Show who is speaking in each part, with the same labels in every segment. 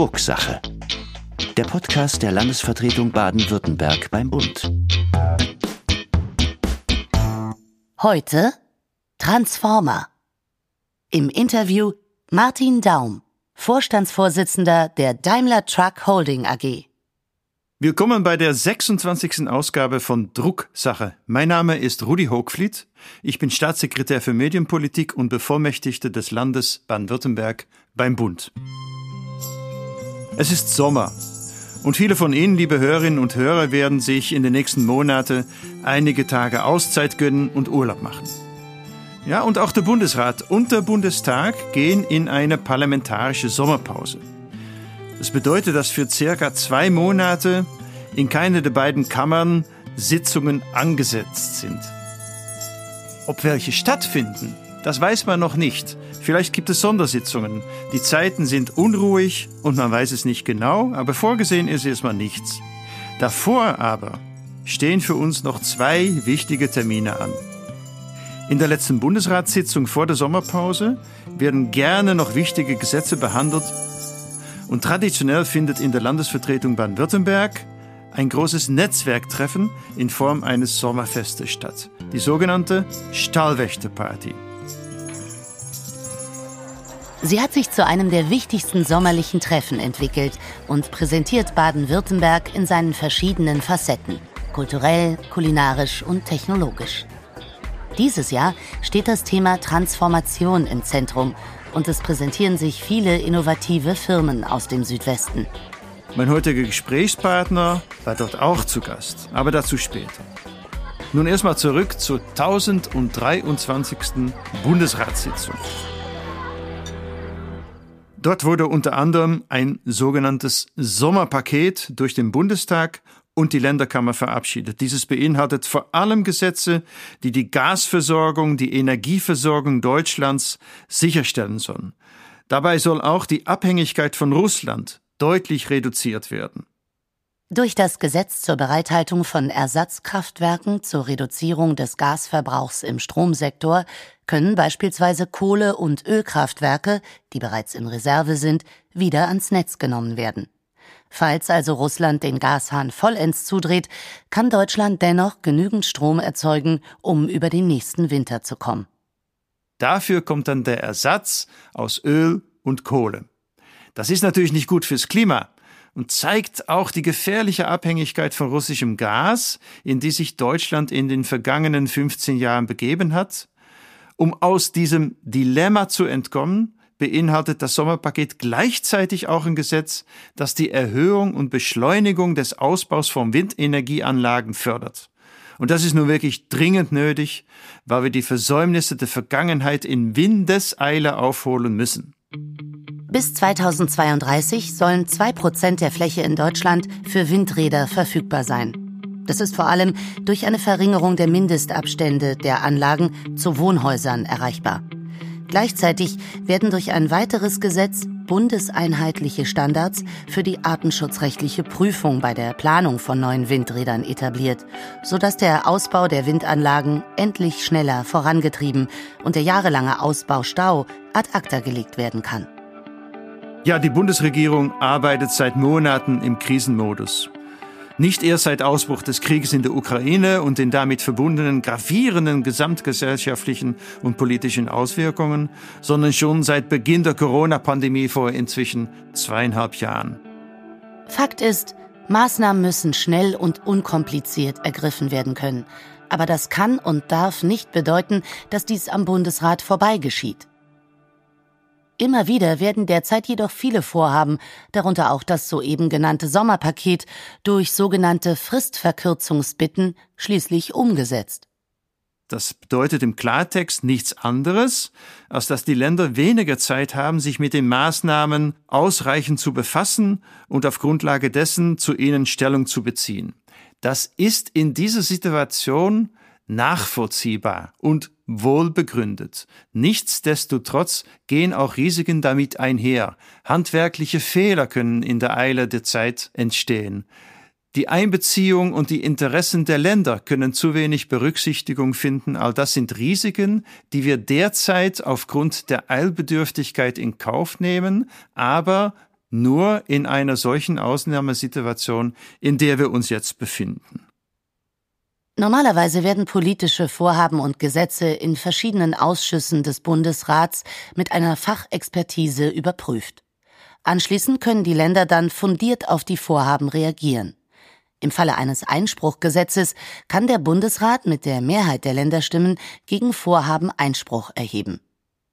Speaker 1: Drucksache. Der Podcast der Landesvertretung Baden-Württemberg beim Bund.
Speaker 2: Heute Transformer. Im Interview Martin Daum, Vorstandsvorsitzender der Daimler Truck Holding AG.
Speaker 3: Willkommen bei der 26. Ausgabe von Drucksache. Mein Name ist Rudi Hoogvliet. Ich bin Staatssekretär für Medienpolitik und Bevollmächtigter des Landes Baden-Württemberg beim Bund. Es ist Sommer und viele von Ihnen, liebe Hörerinnen und Hörer, werden sich in den nächsten Monaten einige Tage Auszeit gönnen und Urlaub machen. Ja, und auch der Bundesrat und der Bundestag gehen in eine parlamentarische Sommerpause. Das bedeutet, dass für circa 2 Monate in keiner der beiden Kammern Sitzungen angesetzt sind. Ob welche stattfinden, das weiß man noch nicht. Vielleicht gibt es Sondersitzungen. Die Zeiten sind unruhig und man weiß es nicht genau, aber vorgesehen ist erstmal nichts. Davor aber stehen für uns noch 2 wichtige Termine an. In der letzten Bundesratssitzung vor der Sommerpause werden gerne noch wichtige Gesetze behandelt und traditionell findet in der Landesvertretung Baden-Württemberg ein großes Netzwerktreffen in Form eines Sommerfestes statt. Die sogenannte Stallwächterparty.
Speaker 2: Sie hat sich zu einem der wichtigsten sommerlichen Treffen entwickelt und präsentiert Baden-Württemberg in seinen verschiedenen Facetten, kulturell, kulinarisch und technologisch. Dieses Jahr steht das Thema Transformation im Zentrum und es präsentieren sich viele innovative Firmen aus dem Südwesten.
Speaker 3: Mein heutiger Gesprächspartner war dort auch zu Gast, aber dazu später. Nun erstmal zurück zur 1023. Bundesratssitzung. Dort wurde unter anderem ein sogenanntes Sommerpaket durch den Bundestag und die Länderkammer verabschiedet. Dieses beinhaltet vor allem Gesetze, die die Gasversorgung, die Energieversorgung Deutschlands sicherstellen sollen. Dabei soll auch die Abhängigkeit von Russland deutlich reduziert werden.
Speaker 2: Durch das Gesetz zur Bereithaltung von Ersatzkraftwerken zur Reduzierung des Gasverbrauchs im Stromsektor können beispielsweise Kohle- und Ölkraftwerke, die bereits in Reserve sind, wieder ans Netz genommen werden. Falls also Russland den Gashahn vollends zudreht, kann Deutschland dennoch genügend Strom erzeugen, um über den nächsten Winter zu kommen.
Speaker 3: Dafür kommt dann der Ersatz aus Öl und Kohle. Das ist natürlich nicht gut fürs Klima und zeigt auch die gefährliche Abhängigkeit von russischem Gas, in die sich Deutschland in den vergangenen 15 Jahren begeben hat. Um aus diesem Dilemma zu entkommen, beinhaltet das Sommerpaket gleichzeitig auch ein Gesetz, das die Erhöhung und Beschleunigung des Ausbaus von Windenergieanlagen fördert. Und das ist nun wirklich dringend nötig, weil wir die Versäumnisse der Vergangenheit in Windeseile aufholen müssen.
Speaker 2: Bis 2032 sollen 2% der Fläche in Deutschland für Windräder verfügbar sein. Das ist vor allem durch eine Verringerung der Mindestabstände der Anlagen zu Wohnhäusern erreichbar. Gleichzeitig werden durch ein weiteres Gesetz bundeseinheitliche Standards für die artenschutzrechtliche Prüfung bei der Planung von neuen Windrädern etabliert, sodass der Ausbau der Windanlagen endlich schneller vorangetrieben und der jahrelange Ausbaustau ad acta gelegt werden kann.
Speaker 3: Ja, die Bundesregierung arbeitet seit Monaten im Krisenmodus. Nicht erst seit Ausbruch des Krieges in der Ukraine und den damit verbundenen gravierenden gesamtgesellschaftlichen und politischen Auswirkungen, sondern schon seit Beginn der Corona-Pandemie vor inzwischen 2,5 Jahren.
Speaker 2: Fakt ist, Maßnahmen müssen schnell und unkompliziert ergriffen werden können. Aber das kann und darf nicht bedeuten, dass dies am Bundesrat vorbei geschieht. Immer wieder werden derzeit jedoch viele Vorhaben, darunter auch das soeben genannte Sommerpaket, durch sogenannte Fristverkürzungsbitten schließlich umgesetzt.
Speaker 3: Das bedeutet im Klartext nichts anderes, als dass die Länder weniger Zeit haben, sich mit den Maßnahmen ausreichend zu befassen und auf Grundlage dessen zu ihnen Stellung zu beziehen. Das ist in dieser Situation nachvollziehbar und wohlbegründet. Nichtsdestotrotz gehen auch Risiken damit einher. Handwerkliche Fehler können in der Eile der Zeit entstehen. Die Einbeziehung und die Interessen der Länder können zu wenig Berücksichtigung finden. All das sind Risiken, die wir derzeit aufgrund der Eilbedürftigkeit in Kauf nehmen, aber nur in einer solchen Ausnahmesituation, in der wir uns jetzt befinden.
Speaker 2: Normalerweise werden politische Vorhaben und Gesetze in verschiedenen Ausschüssen des Bundesrats mit einer Fachexpertise überprüft. Anschließend können die Länder dann fundiert auf die Vorhaben reagieren. Im Falle eines Einspruchgesetzes kann der Bundesrat mit der Mehrheit der Länderstimmen gegen Vorhaben Einspruch erheben.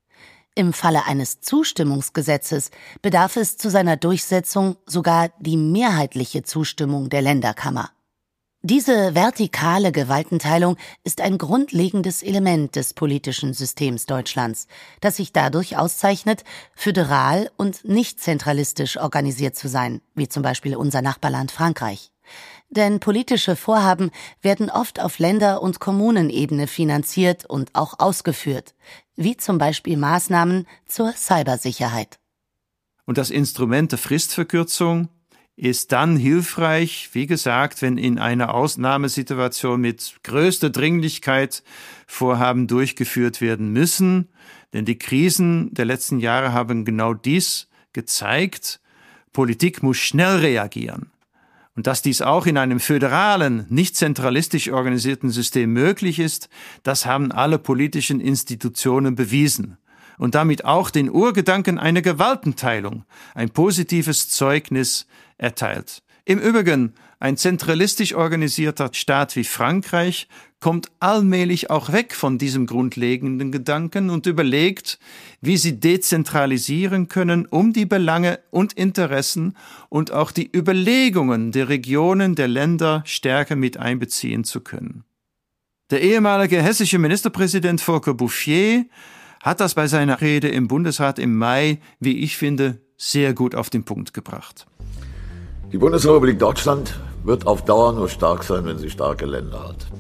Speaker 2: Im Falle eines Zustimmungsgesetzes bedarf es zu seiner Durchsetzung sogar die mehrheitliche Zustimmung der Länderkammer. Diese vertikale Gewaltenteilung ist ein grundlegendes Element des politischen Systems Deutschlands, das sich dadurch auszeichnet, föderal und nicht zentralistisch organisiert zu sein, wie zum Beispiel unser Nachbarland Frankreich. Denn politische Vorhaben werden oft auf Länder- und Kommunenebene finanziert und auch ausgeführt, wie zum Beispiel Maßnahmen zur Cybersicherheit.
Speaker 3: Und das Instrument der Fristverkürzung ist dann hilfreich, wie gesagt, wenn in einer Ausnahmesituation mit größter Dringlichkeit Vorhaben durchgeführt werden müssen. Denn die Krisen der letzten Jahre haben genau dies gezeigt. Politik muss schnell reagieren. Und dass dies auch in einem föderalen, nicht zentralistisch organisierten System möglich ist, das haben alle politischen Institutionen bewiesen. Und damit auch den Urgedanken einer Gewaltenteilung, ein positives Zeugnis erteilt. Im Übrigen, ein zentralistisch organisierter Staat wie Frankreich kommt allmählich auch weg von diesem grundlegenden Gedanken und überlegt, wie sie dezentralisieren können, um die Belange und Interessen und auch die Überlegungen der Regionen, der Länder stärker mit einbeziehen zu können. Der ehemalige hessische Ministerpräsident Volker Bouffier hat das bei seiner Rede im Bundesrat im Mai, wie ich finde, sehr gut auf den Punkt gebracht.
Speaker 4: Die Bundesrepublik Deutschland wird auf Dauer nur stark sein, wenn sie starke Länder hat.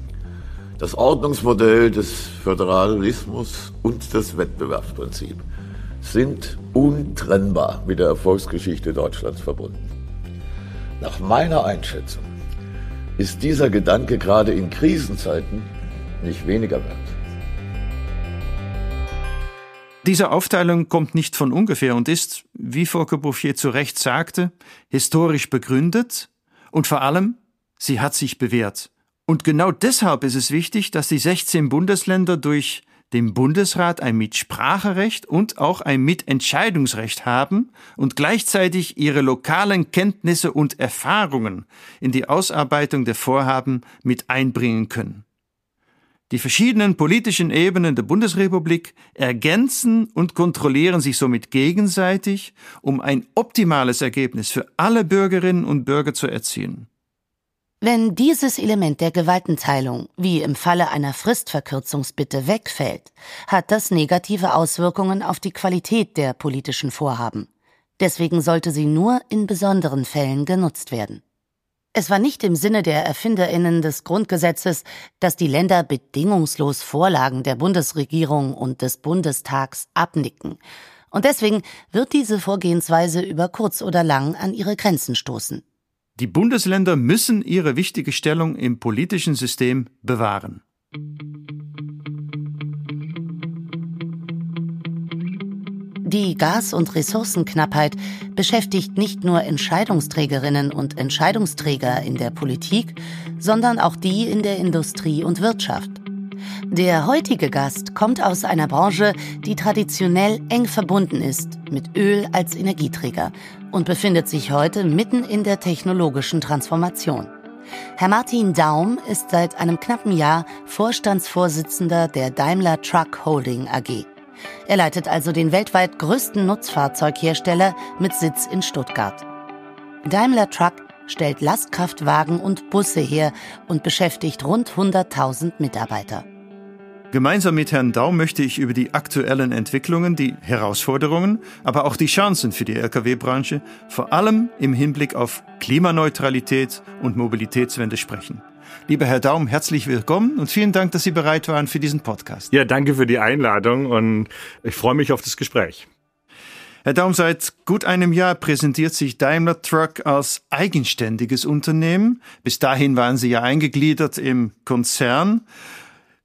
Speaker 4: Das Ordnungsmodell des Föderalismus und das Wettbewerbsprinzip sind untrennbar mit der Erfolgsgeschichte Deutschlands verbunden. Nach meiner Einschätzung ist dieser Gedanke gerade in Krisenzeiten nicht weniger wert.
Speaker 3: Diese Aufteilung kommt nicht von ungefähr und ist, wie Volker Bouffier zu Recht sagte, historisch begründet und vor allem, sie hat sich bewährt. Und genau deshalb ist es wichtig, dass die 16 Bundesländer durch den Bundesrat ein Mitspracherecht und auch ein Mitentscheidungsrecht haben und gleichzeitig ihre lokalen Kenntnisse und Erfahrungen in die Ausarbeitung der Vorhaben mit einbringen können. Die verschiedenen politischen Ebenen der Bundesrepublik ergänzen und kontrollieren sich somit gegenseitig, um ein optimales Ergebnis für alle Bürgerinnen und Bürger zu erzielen.
Speaker 2: Wenn dieses Element der Gewaltenteilung, wie im Falle einer Fristverkürzungsbitte, wegfällt, hat das negative Auswirkungen auf die Qualität der politischen Vorhaben. Deswegen sollte sie nur in besonderen Fällen genutzt werden. Es war nicht im Sinne der ErfinderInnen des Grundgesetzes, dass die Länder bedingungslos Vorlagen der Bundesregierung und des Bundestags abnicken. Und deswegen wird diese Vorgehensweise über kurz oder lang an ihre Grenzen stoßen.
Speaker 3: Die Bundesländer müssen ihre wichtige Stellung im politischen System bewahren.
Speaker 2: Die Gas- und Ressourcenknappheit beschäftigt nicht nur Entscheidungsträgerinnen und Entscheidungsträger in der Politik, sondern auch die in der Industrie und Wirtschaft. Der heutige Gast kommt aus einer Branche, die traditionell eng verbunden ist mit Öl als Energieträger und befindet sich heute mitten in der technologischen Transformation. Herr Martin Daum ist seit einem knappen Jahr Vorstandsvorsitzender der Daimler Truck Holding AG. Er leitet also den weltweit größten Nutzfahrzeughersteller mit Sitz in Stuttgart. Daimler Truck stellt Lastkraftwagen und Busse her und beschäftigt rund 100.000 Mitarbeiter.
Speaker 3: Gemeinsam mit Herrn Daum möchte ich über die aktuellen Entwicklungen, die Herausforderungen, aber auch die Chancen für die Lkw-Branche, vor allem im Hinblick auf Klimaneutralität und Mobilitätswende sprechen. Lieber Herr Daum, herzlich willkommen und vielen Dank, dass Sie bereit waren für diesen Podcast.
Speaker 5: Ja, danke für die Einladung und ich freue mich auf das Gespräch.
Speaker 3: Herr Daum, seit gut einem Jahr präsentiert sich Daimler Truck als eigenständiges Unternehmen. Bis dahin waren Sie ja eingegliedert im Konzern.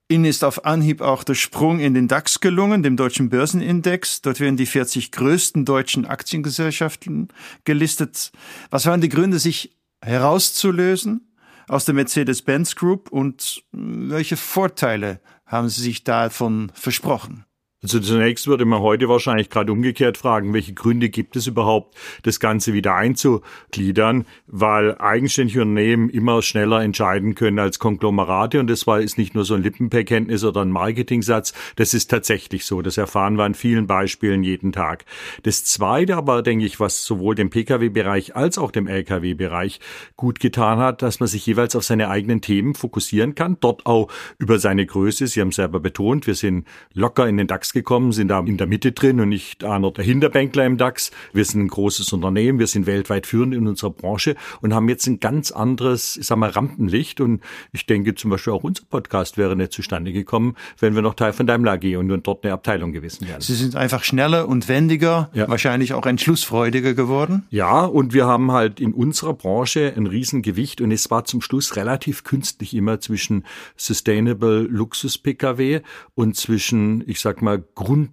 Speaker 3: Ihnen ist auf Anhieb auch der Sprung in den DAX gelungen, dem deutschen Börsenindex. Dort werden die 40 größten deutschen Aktiengesellschaften gelistet. Was waren die Gründe, sich herauszulösen aus der Mercedes-Benz Group und welche Vorteile haben Sie sich davon versprochen?
Speaker 5: Also zunächst würde man heute wahrscheinlich gerade umgekehrt fragen, welche Gründe gibt es überhaupt, das Ganze wieder einzugliedern, weil eigenständige Unternehmen immer schneller entscheiden können als Konglomerate und das ist nicht nur so ein Lippenbekenntnis oder ein Marketingsatz, das ist tatsächlich so, das erfahren wir an vielen Beispielen jeden Tag. Das Zweite aber, denke ich, was sowohl dem Pkw-Bereich als auch dem Lkw-Bereich gut getan hat, dass man sich jeweils auf seine eigenen Themen fokussieren kann, dort auch über seine Größe, Sie haben es selber betont, wir sind locker in den DAX gekommen, sind da in der Mitte drin und nicht einer der Hinterbänkler im DAX. Wir sind ein großes Unternehmen, wir sind weltweit führend in unserer Branche und haben jetzt ein ganz anderes, ich sag mal, Rampenlicht. Und ich denke zum Beispiel auch unser Podcast wäre nicht zustande gekommen, wenn wir noch Teil von Daimler AG und dort eine Abteilung gewesen wären.
Speaker 3: Sie sind einfach schneller und wendiger, wahrscheinlich auch entschlussfreudiger geworden.
Speaker 5: Ja, und wir haben halt in unserer Branche ein Riesengewicht und es war zum Schluss relativ künstlich immer zwischen Sustainable Luxus-Pkw und zwischen, ich sag mal,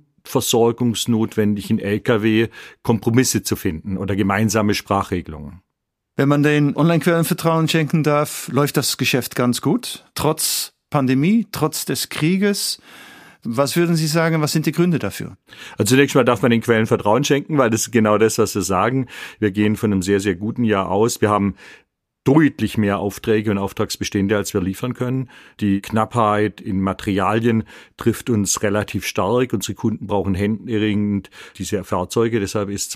Speaker 5: grundversorgungsnotwendigen Lkw Kompromisse zu finden oder gemeinsame Sprachregelungen.
Speaker 3: Wenn man den Online-Quellen Vertrauen schenken darf, läuft das Geschäft ganz gut, trotz Pandemie, trotz des Krieges. Was würden Sie sagen, was sind die Gründe dafür?
Speaker 5: Also zunächst mal darf man den Quellen Vertrauen schenken, weil das ist genau das, was Sie sagen. Wir gehen von einem sehr, sehr guten Jahr aus. Wir haben deutlich mehr Aufträge und Auftragsbestände, als wir liefern können. Die Knappheit in Materialien trifft uns relativ stark. Unsere Kunden brauchen händeringend diese Fahrzeuge. Deshalb ist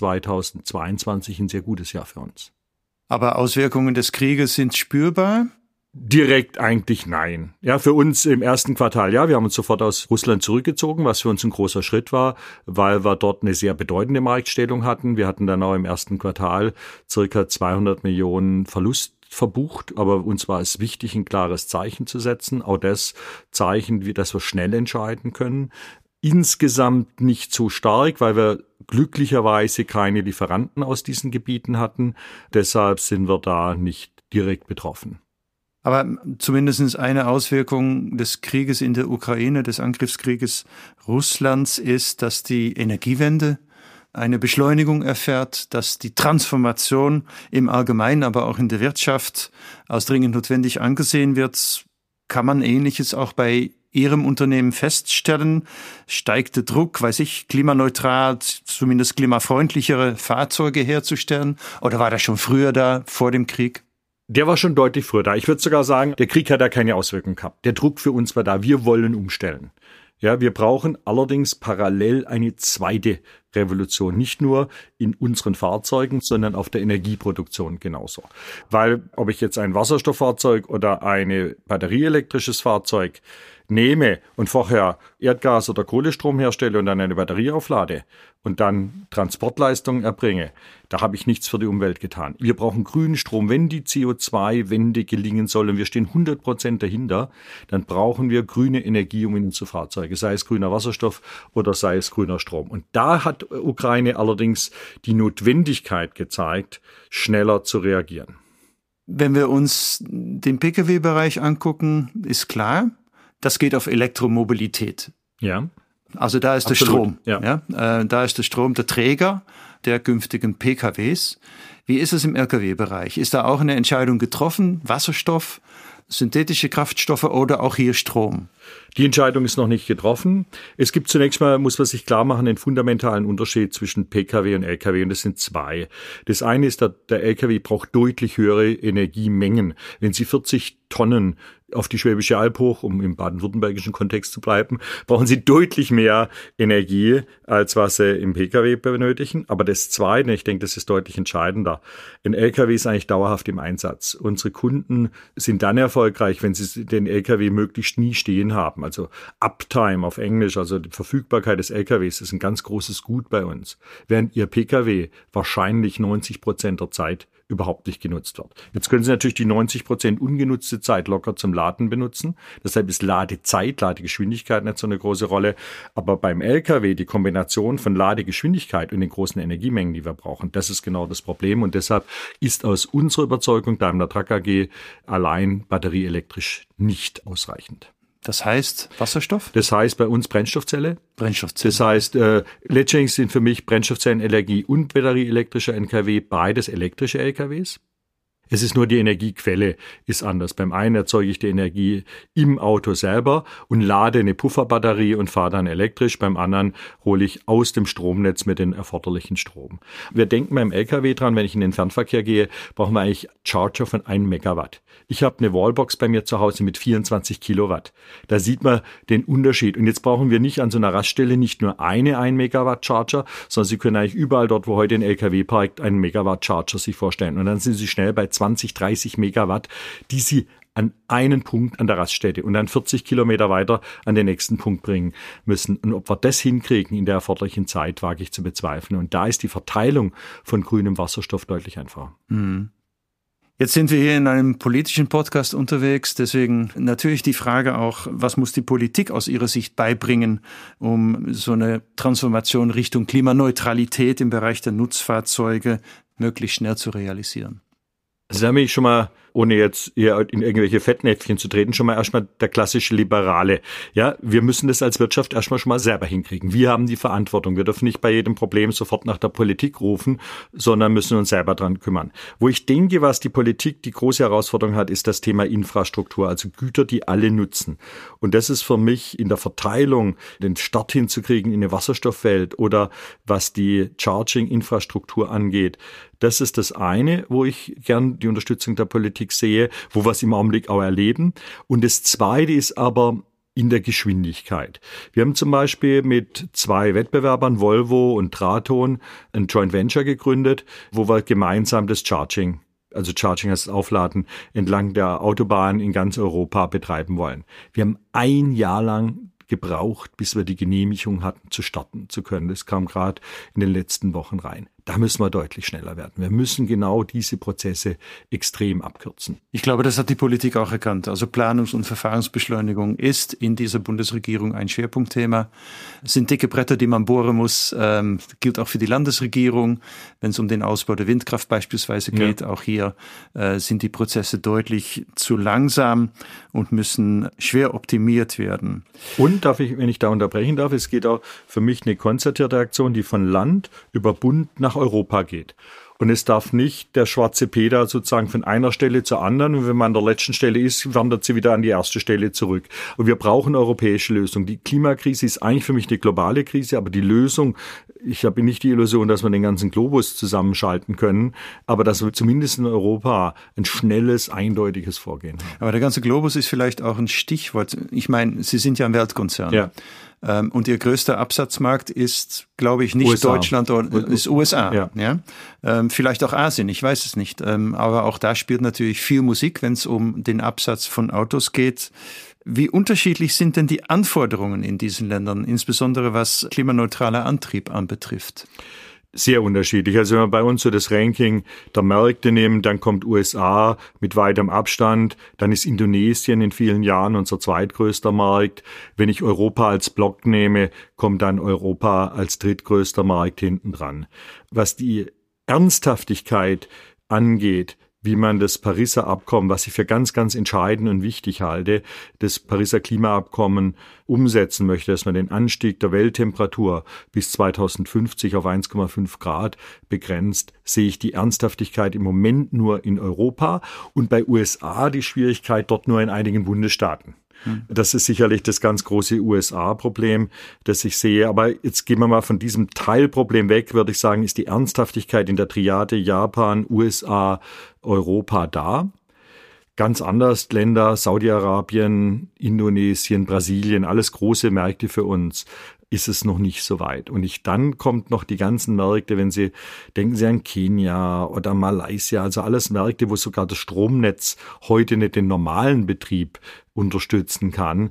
Speaker 5: 2022 ein sehr gutes Jahr für uns.
Speaker 3: Aber Auswirkungen des Krieges sind spürbar?
Speaker 5: Direkt eigentlich nein. Ja, für uns im ersten Quartal, ja, wir haben uns sofort aus Russland zurückgezogen, was für uns ein großer Schritt war, weil wir dort eine sehr bedeutende Marktstellung hatten. Wir hatten dann auch im ersten Quartal circa 200 Millionen Verlust verbucht, aber uns war es wichtig, ein klares Zeichen zu setzen. Auch das Zeichen, dass wir schnell entscheiden können. Insgesamt nicht so stark, weil wir glücklicherweise keine Lieferanten aus diesen Gebieten hatten. Deshalb sind wir da nicht direkt betroffen.
Speaker 3: Aber zumindest eine Auswirkung des Krieges in der Ukraine, des Angriffskrieges Russlands ist, dass die Energiewende eine Beschleunigung erfährt, dass die Transformation im Allgemeinen, aber auch in der Wirtschaft als dringend notwendig angesehen wird. Kann man Ähnliches auch bei Ihrem Unternehmen feststellen? Steigt der Druck, klimaneutral, zumindest klimafreundlichere Fahrzeuge herzustellen? Oder war das schon früher da, vor dem Krieg?
Speaker 5: Der war schon deutlich früher da. Ich würde sogar sagen, der Krieg hat da keine Auswirkung gehabt. Der Druck für uns war da. Wir wollen umstellen. Ja, wir brauchen allerdings parallel eine zweite Revolution. Nicht nur in unseren Fahrzeugen, sondern auf der Energieproduktion genauso. Weil, ob ich jetzt ein Wasserstofffahrzeug oder ein batterieelektrisches Fahrzeug nehme und vorher Erdgas oder Kohlestrom herstelle und dann eine Batterie auflade und dann Transportleistungen erbringe, da habe ich nichts für die Umwelt getan. Wir brauchen grünen Strom. Wenn die CO2-Wende gelingen soll und wir stehen 100% dahinter, dann brauchen wir grüne Energie um in unsere Fahrzeuge, sei es grüner Wasserstoff oder sei es grüner Strom. Und da hat Ukraine allerdings die Notwendigkeit gezeigt, schneller zu reagieren.
Speaker 3: Wenn wir uns den Pkw-Bereich angucken, ist klar, das geht auf Elektromobilität.
Speaker 5: Ja.
Speaker 3: Also da ist
Speaker 5: Absolut.
Speaker 3: der Strom. Ja. Da ist der Strom der Träger der künftigen PKWs. Wie ist es im Lkw-Bereich? Ist da auch eine Entscheidung getroffen? Wasserstoff, synthetische Kraftstoffe oder auch hier Strom?
Speaker 5: Die Entscheidung ist noch nicht getroffen. Es gibt zunächst mal, muss man sich klar machen, einen fundamentalen Unterschied zwischen Pkw und Lkw und das sind zwei. Das eine ist, der Lkw braucht deutlich höhere Energiemengen. Wenn Sie 40 Tonnen auf die Schwäbische Alb hoch, um im baden-württembergischen Kontext zu bleiben, brauchen Sie deutlich mehr Energie, als was Sie im Pkw benötigen. Aber das Zweite, ich denke, das ist deutlich entscheidender. Ein Lkw ist eigentlich dauerhaft im Einsatz. Unsere Kunden sind dann erfolgreich, wenn sie den Lkw möglichst nie stehen haben. Also Uptime auf Englisch, also die Verfügbarkeit des LKWs ist ein ganz großes Gut bei uns. Während Ihr Pkw wahrscheinlich 90% der Zeit überhaupt nicht genutzt wird. Jetzt können Sie natürlich die 90% ungenutzte Zeit locker zum Laden benutzen. Deshalb ist Ladezeit, Ladegeschwindigkeit nicht so eine große Rolle. Aber beim LKW die Kombination von Ladegeschwindigkeit und den großen Energiemengen, die wir brauchen, das ist genau das Problem. Und deshalb ist aus unserer Überzeugung Daimler Truck AG allein batterieelektrisch nicht ausreichend.
Speaker 3: Das heißt Wasserstoff?
Speaker 5: Das heißt bei uns Brennstoffzelle.
Speaker 3: Brennstoffzelle.
Speaker 5: Das heißt, letztendlich sind für mich Brennstoffzellen, Energie und batterieelektrischer NKW beides elektrische LKWs. Es ist nur die Energiequelle ist anders. Beim einen erzeuge ich die Energie im Auto selber und lade eine Pufferbatterie und fahre dann elektrisch. Beim anderen hole ich aus dem Stromnetz mit den erforderlichen Strom. Wir denken beim LKW dran, wenn ich in den Fernverkehr gehe, brauchen wir eigentlich Charger von 1 Megawatt. Ich habe eine Wallbox bei mir zu Hause mit 24 Kilowatt. Da sieht man den Unterschied. Und jetzt brauchen wir nicht an so einer Raststelle nicht nur 1 Megawatt Charger, sondern Sie können eigentlich überall dort, wo heute ein LKW parkt, einen Megawatt Charger sich vorstellen. Und dann sind Sie schnell bei 20, 30 Megawatt, die Sie an einen Punkt an der Raststätte und dann 40 Kilometer weiter an den nächsten Punkt bringen müssen. Und ob wir das hinkriegen in der erforderlichen Zeit, wage ich zu bezweifeln. Und da ist die Verteilung von grünem Wasserstoff deutlich einfacher.
Speaker 3: Jetzt sind wir hier in einem politischen Podcast unterwegs, deswegen natürlich die Frage auch, was muss die Politik aus ihrer Sicht beibringen, um so eine Transformation Richtung Klimaneutralität im Bereich der Nutzfahrzeuge möglichst schnell zu realisieren?
Speaker 5: Also da bin ich schon mal, ohne jetzt eher in irgendwelche Fettnäpfchen zu treten, schon mal erstmal der klassische Liberale. Ja, wir müssen das als Wirtschaft erstmal schon mal selber hinkriegen. Wir haben die Verantwortung. Wir dürfen nicht bei jedem Problem sofort nach der Politik rufen, sondern müssen uns selber dran kümmern. Wo ich denke, was die Politik die große Herausforderung hat, ist das Thema Infrastruktur, also Güter, die alle nutzen. Und das ist für mich in der Verteilung, den Start hinzukriegen in eine Wasserstoffwelt oder was die Charging-Infrastruktur angeht. Das ist das eine, wo ich gern die Unterstützung der Politik sehe, wo wir es im Augenblick auch erleben. Und das zweite ist aber in der Geschwindigkeit. Wir haben zum Beispiel mit 2 Wettbewerbern, Volvo und Traton, ein Joint Venture gegründet, wo wir gemeinsam das Charging, also Charging heißt Aufladen, entlang der Autobahn in ganz Europa betreiben wollen. Wir haben 1 Jahr lang gebraucht, bis wir die Genehmigung hatten, zu starten zu können. Das kam gerade in den letzten Wochen rein. Da müssen wir deutlich schneller werden. Wir müssen genau diese Prozesse extrem abkürzen.
Speaker 3: Ich glaube, das hat die Politik auch erkannt. Also Planungs- und Verfahrensbeschleunigung ist in dieser Bundesregierung ein Schwerpunktthema. Es sind dicke Bretter, die man bohren muss. Gilt auch für die Landesregierung. Wenn es um den Ausbau der Windkraft beispielsweise geht, ja. Auch hier sind die Prozesse deutlich zu langsam und müssen schwer optimiert werden.
Speaker 5: Und wenn ich da unterbrechen darf, es geht auch für mich eine konzertierte Aktion, die von Land über Bund nach Europa geht. Und es darf nicht der schwarze Peter sozusagen von einer Stelle zur anderen, und wenn man an der letzten Stelle ist, wandert sie wieder an die erste Stelle zurück. Und wir brauchen europäische Lösungen. Die Klimakrise ist eigentlich für mich eine globale Krise, aber die Lösung, ich habe nicht die Illusion, dass wir den ganzen Globus zusammenschalten können, aber dass wir zumindest in Europa ein schnelles, eindeutiges Vorgehen haben.
Speaker 3: Aber der ganze Globus ist vielleicht auch ein Stichwort. Ich meine, Sie sind ja ein Weltkonzern.
Speaker 5: Ja.
Speaker 3: Und Ihr größter Absatzmarkt ist, glaube ich, nicht USA. Deutschland, ist USA. Ja. Vielleicht auch Asien, ich weiß es nicht. Aber auch da spielt natürlich viel Musik, wenn es um den Absatz von Autos geht. Wie unterschiedlich sind denn die Anforderungen in diesen Ländern, insbesondere was klimaneutraler Antrieb anbetrifft?
Speaker 5: Sehr unterschiedlich. Also wenn wir bei uns so das Ranking der Märkte nehmen, dann kommt USA mit weitem Abstand, dann ist Indonesien in vielen Jahren unser zweitgrößter Markt. Wenn ich Europa als Block nehme, kommt dann Europa als drittgrößter Markt hinten dran. Was die Ernsthaftigkeit angeht, wie man das Pariser Abkommen, was ich für ganz, ganz entscheidend und wichtig halte, das Pariser Klimaabkommen umsetzen möchte, dass man den Anstieg der Welttemperatur bis 2050 auf 1,5 Grad begrenzt, sehe ich die Ernsthaftigkeit im Moment nur in Europa und bei USA die Schwierigkeit dort nur in einigen Bundesstaaten. Das ist sicherlich das ganz große USA-Problem, das ich sehe. Aber jetzt gehen wir mal von diesem Teilproblem weg, würde ich sagen, ist die Ernsthaftigkeit in der Triade Japan, USA, Europa da. Ganz anders Länder, Saudi-Arabien, Indonesien, Brasilien, alles große Märkte für uns, ist es noch nicht so weit. Und dann kommt noch die ganzen Märkte, denken Sie an Kenia oder Malaysia, also alles Märkte, wo sogar das Stromnetz heute nicht den normalen Betrieb unterstützen kann.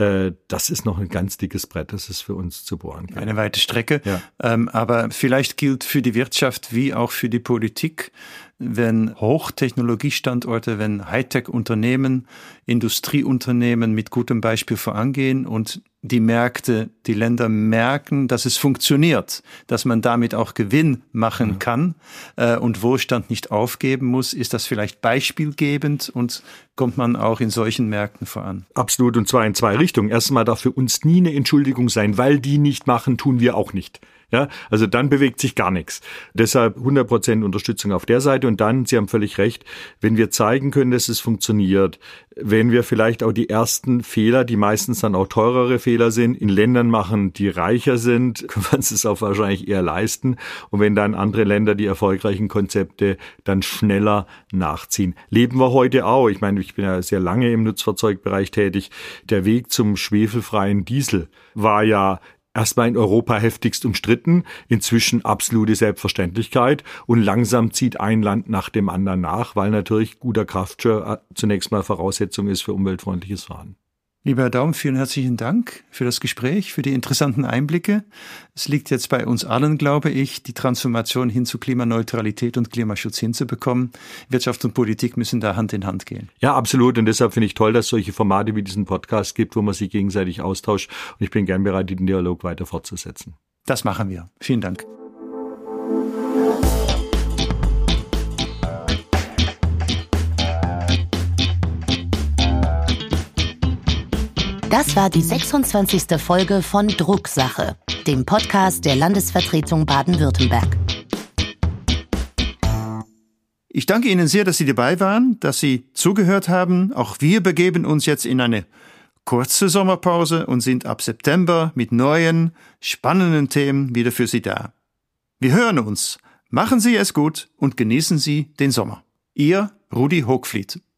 Speaker 5: Das ist noch ein ganz dickes Brett, das es für uns zu bohren kann.
Speaker 3: Eine weite Strecke. Ja. Aber vielleicht gilt für die Wirtschaft wie auch für die Politik, wenn Hochtechnologiestandorte, wenn Hightech-Unternehmen, Industrieunternehmen mit gutem Beispiel vorangehen und die Märkte, die Länder merken, dass es funktioniert, dass man damit auch Gewinn machen kann und Wohlstand nicht aufgeben muss, ist das vielleicht beispielgebend und kommt man auch in solchen Märkten voran.
Speaker 5: Absolut, und zwar in zwei Richtungen. Erstmal darf für uns nie eine Entschuldigung sein, weil die nicht machen, tun wir auch nicht. Ja, also dann bewegt sich gar nichts. Deshalb 100% Unterstützung auf der Seite. Und dann, Sie haben völlig recht, wenn wir zeigen können, dass es funktioniert, wenn wir vielleicht auch die ersten Fehler, die meistens dann auch teurere Fehler sind, in Ländern machen, die reicher sind, können wir uns das auch wahrscheinlich eher leisten. Und wenn dann andere Länder die erfolgreichen Konzepte dann schneller nachziehen. Leben wir heute auch. Ich meine, ich bin ja sehr lange im Nutzfahrzeugbereich tätig. Der Weg zum schwefelfreien Diesel war ja erstmal in Europa heftigst umstritten, inzwischen absolute Selbstverständlichkeit und langsam zieht ein Land nach dem anderen nach, weil natürlich guter Kraftstoff zunächst mal Voraussetzung ist für umweltfreundliches Fahren.
Speaker 3: Lieber Herr Daum, vielen herzlichen Dank für das Gespräch, für die interessanten Einblicke. Es liegt jetzt bei uns allen, glaube ich, die Transformation hin zu Klimaneutralität und Klimaschutz hinzubekommen. Wirtschaft und Politik müssen da Hand in Hand gehen.
Speaker 5: Ja, absolut. Und deshalb finde ich toll, dass es solche Formate wie diesen Podcast gibt, wo man sich gegenseitig austauscht. Und ich bin gern bereit, den Dialog weiter fortzusetzen.
Speaker 3: Das machen wir. Vielen Dank.
Speaker 2: Das war die 26. Folge von Drucksache, dem Podcast der Landesvertretung Baden-Württemberg.
Speaker 3: Ich danke Ihnen sehr, dass Sie dabei waren, dass Sie zugehört haben. Auch wir begeben uns jetzt in eine kurze Sommerpause und sind ab September mit neuen, spannenden Themen wieder für Sie da. Wir hören uns. Machen Sie es gut und genießen Sie den Sommer. Ihr Rudi Hochfliet.